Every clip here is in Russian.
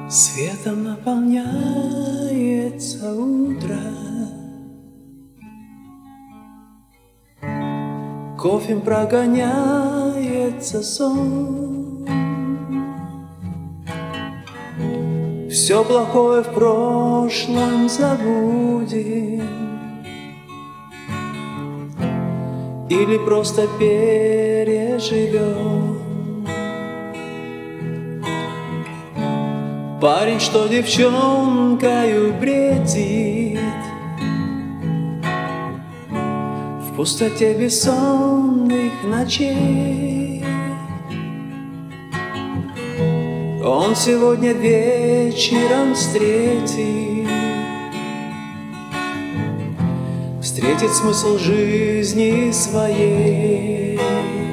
Светом наполняется утро, кофем прогоняется сон. Все плохое в прошлом забудем или просто переживем. Парень, что девчонкою бредит в пустоте бессонных ночей, он сегодня вечером встретит смысл жизни своей.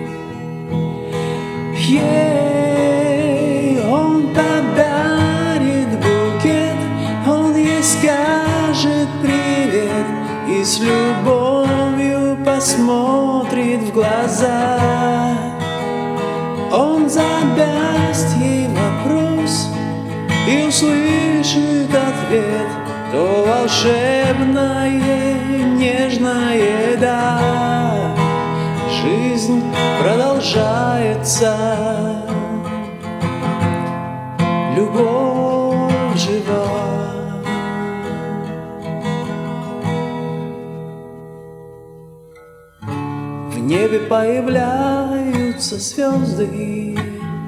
Он подарит букет, он ей скажет привет и с любовью посмотрит в глаза. Он задаст ей вопрос и услышит ответ, то волшебное, нежное «да». Жизнь продолжается, любовь жива. В небе появляются звезды,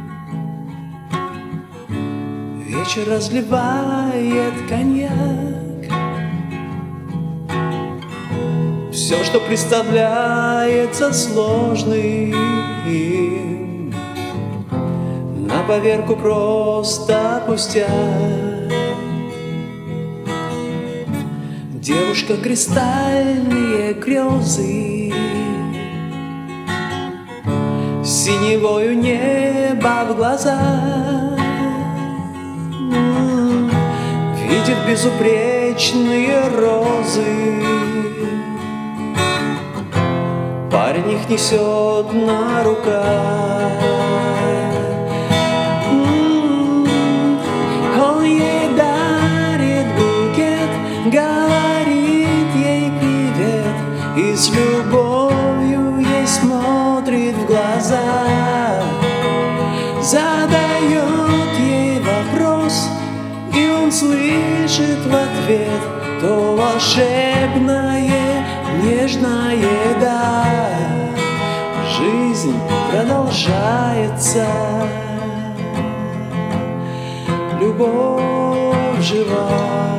вечер разливает коньяк. Все, что представляется сложным, на поверку просто пустяк. Девушка, кристальные грезы, синевою небо в глазах, видит безупречные розы. Парень их несет на руках. Он ей дарит букет, говорит ей привет и с любовью ей смотрит в глаза. Задает ей вопрос, и он слышит в ответ то волшебное, нежное «да». Жизнь продолжается, любовь жива.